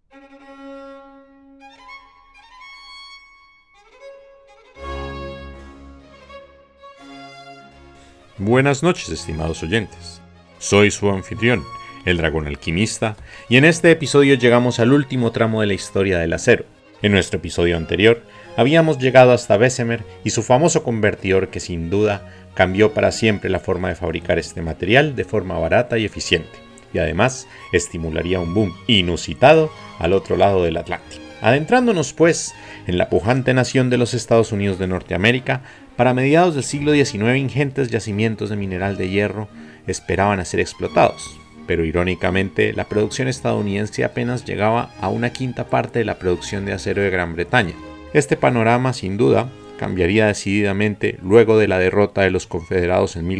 Buenas noches, estimados oyentes. Soy su anfitrión, el dragón alquimista, y en este episodio llegamos al último tramo de la historia del acero. En nuestro episodio anterior, habíamos llegado hasta Bessemer y su famoso convertidor que sin duda cambió para siempre la forma de fabricar este material de forma barata y eficiente, y además estimularía un boom inusitado al otro lado del Atlántico. Adentrándonos pues en la pujante nación de los Estados Unidos de Norteamérica, para mediados del siglo XIX ingentes yacimientos de mineral de hierro esperaban a ser explotados, pero irónicamente la producción estadounidense apenas llegaba a una quinta parte de la producción de acero de Gran Bretaña. Este panorama sin duda cambiaría decididamente luego de la derrota de los confederados en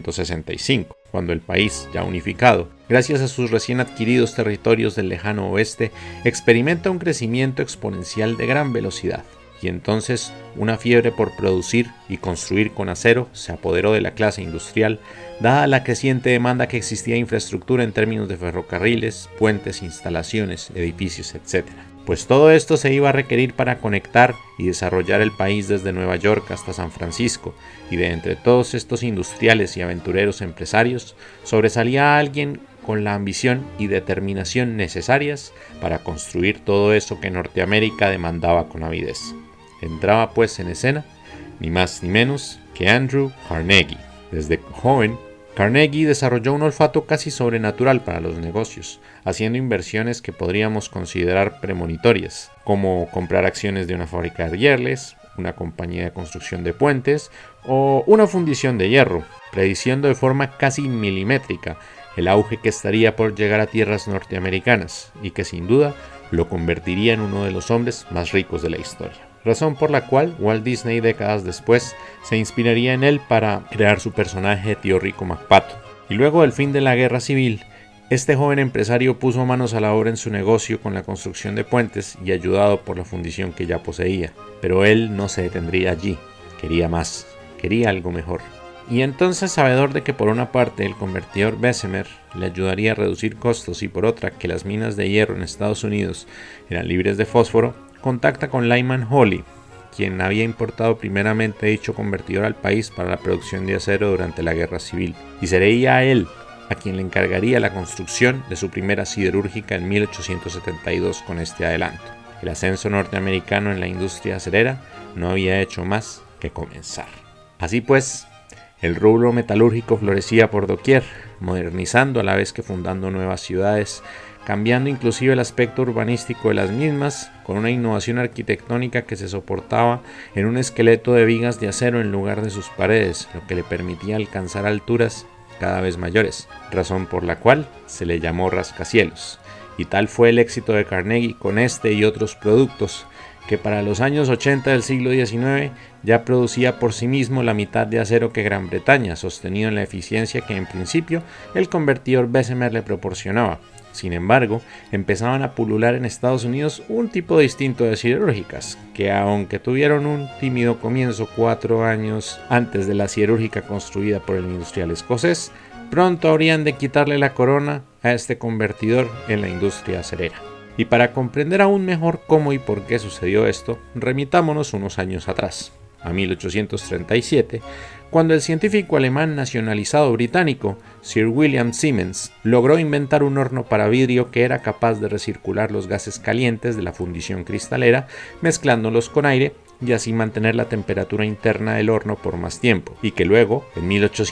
1865, cuando el país, ya unificado, gracias a sus recién adquiridos territorios del lejano oeste, experimenta un crecimiento exponencial de gran velocidad. Y entonces una fiebre por producir y construir con acero se apoderó de la clase industrial, dada la creciente demanda que existía de infraestructura en términos de ferrocarriles, puentes, instalaciones, edificios, etc. Pues todo esto se iba a requerir para conectar y desarrollar el país desde Nueva York hasta San Francisco, y de entre todos estos industriales y aventureros empresarios, sobresalía a alguien con la ambición y determinación necesarias para construir todo eso que Norteamérica demandaba con avidez. Entraba pues en escena, ni más ni menos que Andrew Carnegie. Desde joven, Carnegie desarrolló un olfato casi sobrenatural para los negocios, haciendo inversiones que podríamos considerar premonitorias, como comprar acciones de una fábrica de rieles, una compañía de construcción de puentes o una fundición de hierro, prediciendo de forma casi milimétrica el auge que estaría por llegar a tierras norteamericanas y que sin duda lo convertiría en uno de los hombres más ricos de la historia. Razón por la cual Walt Disney décadas después se inspiraría en él para crear su personaje de Tío Rico McPato. Y luego del fin de la Guerra Civil, este joven empresario puso manos a la obra en su negocio con la construcción de puentes y ayudado por la fundición que ya poseía. Pero él no se detendría allí, quería más, quería algo mejor. Y entonces, sabedor de que por una parte el convertidor Bessemer le ayudaría a reducir costos y por otra que las minas de hierro en Estados Unidos eran libres de fósforo, contacta con Lyman Holley, quien había importado primeramente dicho convertidor al país para la producción de acero durante la Guerra Civil, y sería a él a quien le encargaría la construcción de su primera siderúrgica en 1872 con este adelanto. El ascenso norteamericano en la industria acerera no había hecho más que comenzar. Así pues, el rubro metalúrgico florecía por doquier, modernizando a la vez que fundando nuevas ciudades, cambiando inclusive el aspecto urbanístico de las mismas, con una innovación arquitectónica que se soportaba en un esqueleto de vigas de acero en lugar de sus paredes, lo que le permitía alcanzar alturas cada vez mayores, razón por la cual se le llamó rascacielos. Y tal fue el éxito de Carnegie con este y otros productos, que para los años 80 del siglo XIX ya producía por sí mismo la mitad de acero que Gran Bretaña, sostenido en la eficiencia que en principio el convertidor Bessemer le proporcionaba. Sin embargo, empezaban a pulular en Estados Unidos un tipo distinto de siderúrgicas, que aunque tuvieron un tímido comienzo 4 años antes de la siderúrgica construida por el industrial escocés, pronto habrían de quitarle la corona a este convertidor en la industria acerera. Y para comprender aún mejor cómo y por qué sucedió esto, remitámonos unos años atrás, a 1837, cuando el científico alemán nacionalizado británico, Sir William Siemens, logró inventar un horno para vidrio que era capaz de recircular los gases calientes de la fundición cristalera, mezclándolos con aire y así mantener la temperatura interna del horno por más tiempo, y que luego, en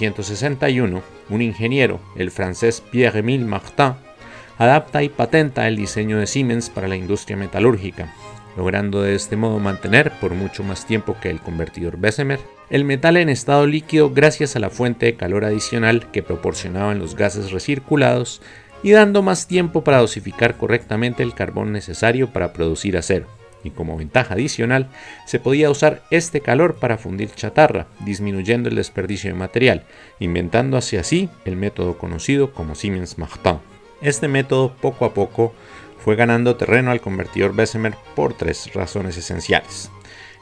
1861, un ingeniero, el francés Pierre-Émile Martin, adapta y patenta el diseño de Siemens para la industria metalúrgica, logrando de este modo mantener, por mucho más tiempo que el convertidor Bessemer, el metal en estado líquido gracias a la fuente de calor adicional que proporcionaban los gases recirculados y dando más tiempo para dosificar correctamente el carbón necesario para producir acero. Y como ventaja adicional, se podía usar este calor para fundir chatarra, disminuyendo el desperdicio de material, inventándose así el método conocido como Siemens-Martin. Este método poco a poco fue ganando terreno al convertidor Bessemer por 3 razones esenciales.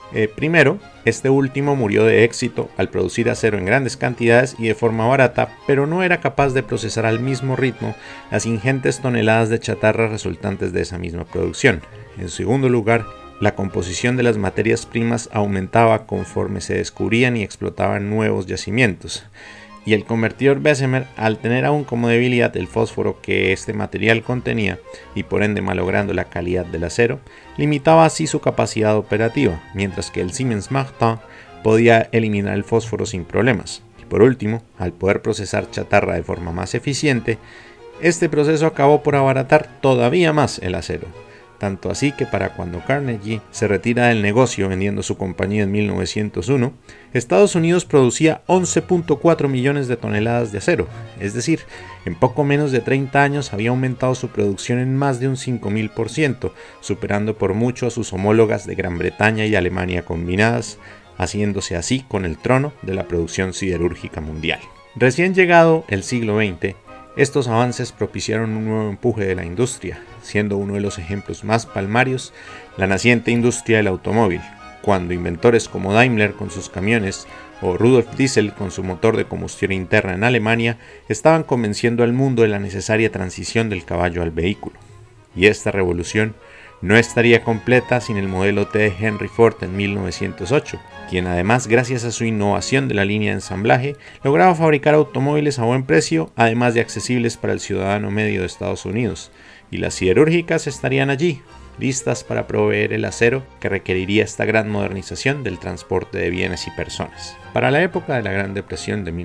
Primero, este último murió de éxito al producir acero en grandes cantidades y de forma barata, pero no era capaz de procesar al mismo ritmo las ingentes toneladas de chatarra resultantes de esa misma producción. En segundo lugar, la composición de las materias primas aumentaba conforme se descubrían y explotaban nuevos yacimientos. Y el convertidor Bessemer, al tener aún como debilidad el fósforo que este material contenía y por ende malogrando la calidad del acero, limitaba así su capacidad operativa, mientras que el Siemens Martin podía eliminar el fósforo sin problemas. Y por último, al poder procesar chatarra de forma más eficiente, este proceso acabó por abaratar todavía más el acero. Tanto así que para cuando Carnegie se retira del negocio vendiendo su compañía en 1901, Estados Unidos producía 11.4 millones de toneladas de acero, es decir, en poco menos de 30 años había aumentado su producción en más de un 5.000%, superando por mucho a sus homólogas de Gran Bretaña y Alemania combinadas, haciéndose así con el trono de la producción siderúrgica mundial. Recién llegado el siglo XX, estos avances propiciaron un nuevo empuje de la industria, siendo uno de los ejemplos más palmarios la naciente industria del automóvil, cuando inventores como Daimler con sus camiones o Rudolf Diesel con su motor de combustión interna en Alemania estaban convenciendo al mundo de la necesaria transición del caballo al vehículo. Y esta revolución no estaría completa sin el modelo T de Henry Ford en 1908, quien además, gracias a su innovación de la línea de ensamblaje, lograba fabricar automóviles a buen precio, además de accesibles para el ciudadano medio de Estados Unidos, y las siderúrgicas estarían allí, listas para proveer el acero que requeriría esta gran modernización del transporte de bienes y personas. Para la época de la Gran Depresión de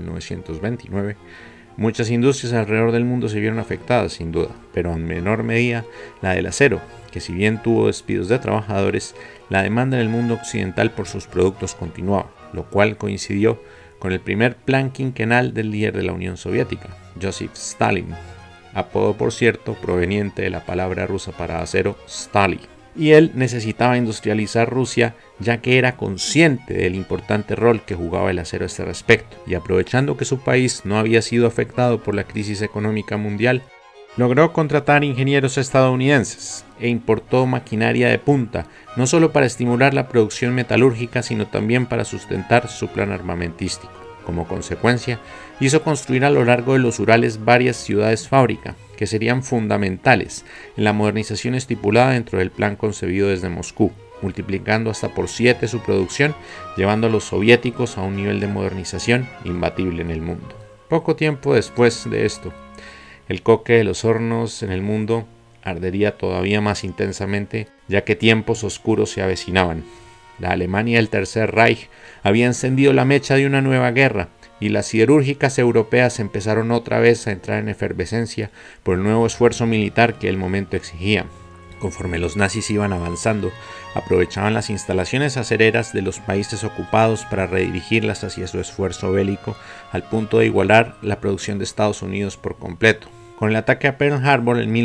1929, muchas industrias alrededor del mundo se vieron afectadas sin duda, pero en menor medida la del acero, que si bien tuvo despidos de trabajadores, la demanda en el mundo occidental por sus productos continuaba, lo cual coincidió con el primer plan quinquenal del líder de la Unión Soviética, Joseph Stalin, apodo por cierto proveniente de la palabra rusa para acero, Stali. Y él necesitaba industrializar Rusia ya que era consciente del importante rol que jugaba el acero a este respecto, y aprovechando que su país no había sido afectado por la crisis económica mundial, logró contratar ingenieros estadounidenses e importó maquinaria de punta, no solo para estimular la producción metalúrgica, sino también para sustentar su plan armamentístico. Como consecuencia, hizo construir a lo largo de los Urales varias ciudades fábrica, que serían fundamentales en la modernización estipulada dentro del plan concebido desde Moscú, multiplicando hasta por 7 su producción, llevando a los soviéticos a un nivel de modernización imbatible en el mundo. Poco tiempo después de esto, el coque de los hornos en el mundo ardería todavía más intensamente, ya que tiempos oscuros se avecinaban. La Alemania del Tercer Reich había encendido la mecha de una nueva guerra, y las siderúrgicas europeas empezaron otra vez a entrar en efervescencia por el nuevo esfuerzo militar que el momento exigía. Conforme los nazis iban avanzando, aprovechaban las instalaciones acereras de los países ocupados para redirigirlas hacia su esfuerzo bélico, al punto de igualar la producción de Estados Unidos por completo. Con el ataque a Pearl Harbor en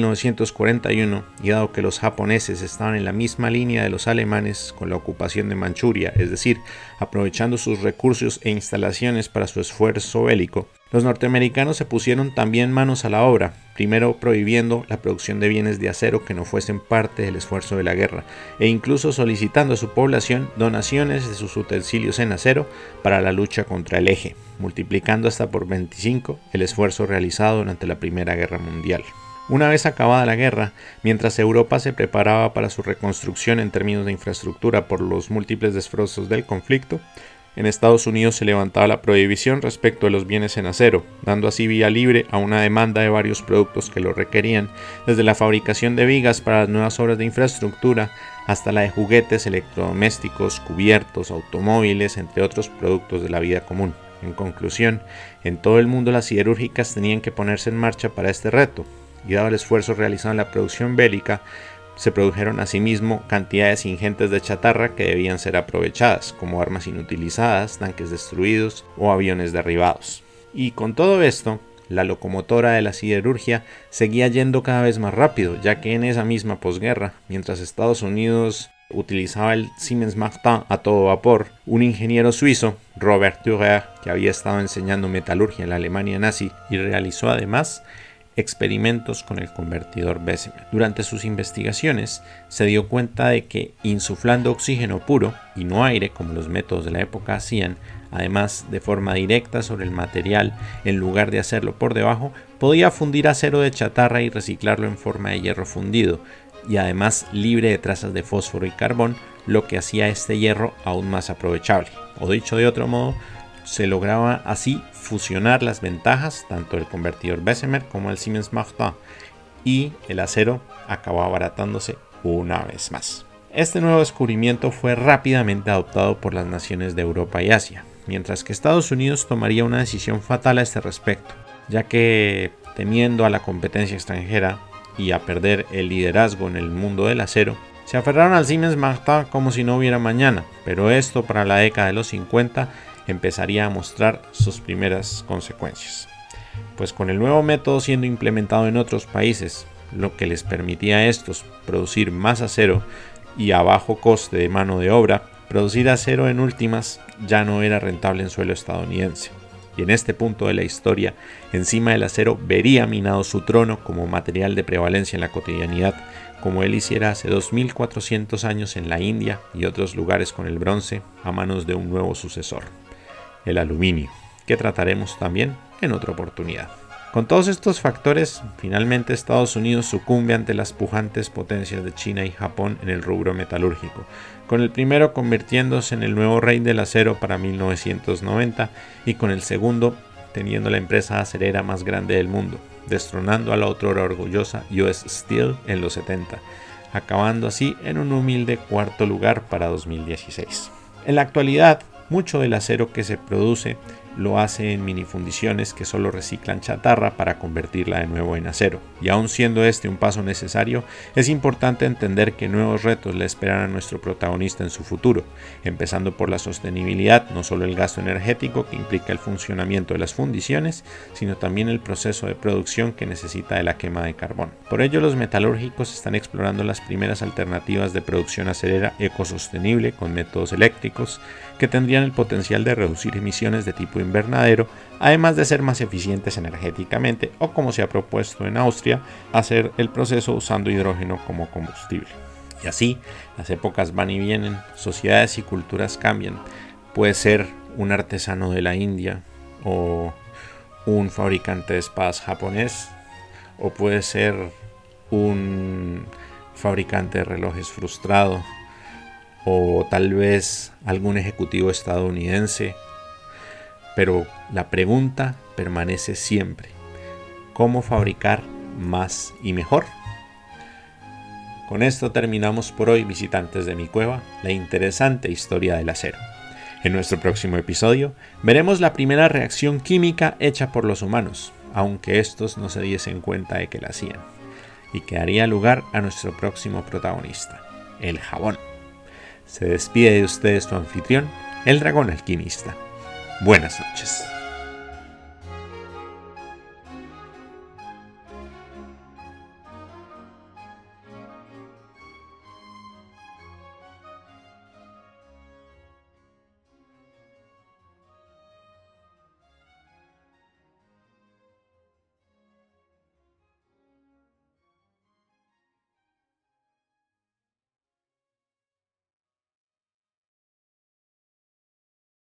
1941, y dado que los japoneses estaban en la misma línea de los alemanes con la ocupación de Manchuria, es decir, aprovechando sus recursos e instalaciones para su esfuerzo bélico, los norteamericanos se pusieron también manos a la obra, primero prohibiendo la producción de bienes de acero que no fuesen parte del esfuerzo de la guerra, e incluso solicitando a su población donaciones de sus utensilios en acero para la lucha contra el eje, multiplicando hasta por 25 el esfuerzo realizado durante la Primera Guerra Mundial. Una vez acabada la guerra, mientras Europa se preparaba para su reconstrucción en términos de infraestructura por los múltiples destrozos del conflicto, en Estados Unidos se levantaba la prohibición respecto de los bienes en acero, dando así vía libre a una demanda de varios productos que lo requerían, desde la fabricación de vigas para las nuevas obras de infraestructura hasta la de juguetes, electrodomésticos, cubiertos, automóviles, entre otros productos de la vida común. En conclusión, en todo el mundo las siderúrgicas tenían que ponerse en marcha para este reto, y dado el esfuerzo realizado en la producción bélica, se produjeron asimismo cantidades ingentes de chatarra que debían ser aprovechadas, como armas inutilizadas, tanques destruidos o aviones derribados. Y con todo esto, la locomotora de la siderurgia seguía yendo cada vez más rápido, ya que en esa misma posguerra, mientras Estados Unidos utilizaba el Siemens Martin a todo vapor, un ingeniero suizo, Robert Dürer, que había estado enseñando metalurgia en la Alemania nazi y realizó además experimentos con el convertidor Bessemer. Durante sus investigaciones se dio cuenta de que insuflando oxígeno puro y no aire como los métodos de la época hacían, además de forma directa sobre el material en lugar de hacerlo por debajo, podía fundir acero de chatarra y reciclarlo en forma de hierro fundido, y además libre de trazas de fósforo y carbón, lo que hacía este hierro aún más aprovechable. O dicho de otro modo, se lograba así fusionar las ventajas tanto del convertidor Bessemer como el Siemens Martin, y el acero acabó abaratándose una vez más. Este nuevo descubrimiento fue rápidamente adoptado por las naciones de Europa y Asia, mientras que Estados Unidos tomaría una decisión fatal a este respecto, ya que temiendo a la competencia extranjera y a perder el liderazgo en el mundo del acero, se aferraron al Siemens Martin como si no hubiera mañana, pero esto para la década de los 50 empezaría a mostrar sus primeras consecuencias. Pues con el nuevo método siendo implementado en otros países, lo que les permitía a estos producir más acero y a bajo coste de mano de obra, producir acero en últimas ya no era rentable en suelo estadounidense. Y en este punto de la historia, encima del acero vería minado su trono como material de prevalencia en la cotidianidad, como él hiciera hace 2400 años en la India y otros lugares con el bronce a manos de un nuevo sucesor, el aluminio, que trataremos también en otra oportunidad. Con todos estos factores, finalmente Estados Unidos sucumbe ante las pujantes potencias de China y Japón en el rubro metalúrgico, con el primero convirtiéndose en el nuevo rey del acero para 1990 y con el segundo teniendo la empresa acerera más grande del mundo, destronando a la otrora orgullosa US Steel en los 70, acabando así en un humilde cuarto lugar para 2016. En la actualidad, mucho del acero que se produce lo hace en minifundiciones que solo reciclan chatarra para convertirla de nuevo en acero. Y aun siendo este un paso necesario, es importante entender que nuevos retos le esperan a nuestro protagonista en su futuro, empezando por la sostenibilidad, no solo el gasto energético que implica el funcionamiento de las fundiciones, sino también el proceso de producción que necesita de la quema de carbón. Por ello, los metalúrgicos están explorando las primeras alternativas de producción acerera ecosostenible con métodos eléctricos que tendrían el potencial de reducir emisiones de tipo invernadero, además de ser más eficientes energéticamente, o como se ha propuesto en Austria, hacer el proceso usando hidrógeno como combustible. Y así, las épocas van y vienen, sociedades y culturas cambian. Puede ser un artesano de la India, o un fabricante de espadas japonés, o puede ser un fabricante de relojes frustrado, o tal vez algún ejecutivo estadounidense, pero la pregunta permanece siempre: ¿cómo fabricar más y mejor? Con esto terminamos por hoy, visitantes de mi cueva, la interesante historia del acero. En nuestro próximo episodio veremos la primera reacción química hecha por los humanos, aunque estos no se diesen cuenta de que la hacían, y que daría lugar a nuestro próximo protagonista, el jabón. Se despide de ustedes su anfitrión, el dragón alquimista. Buenas noches.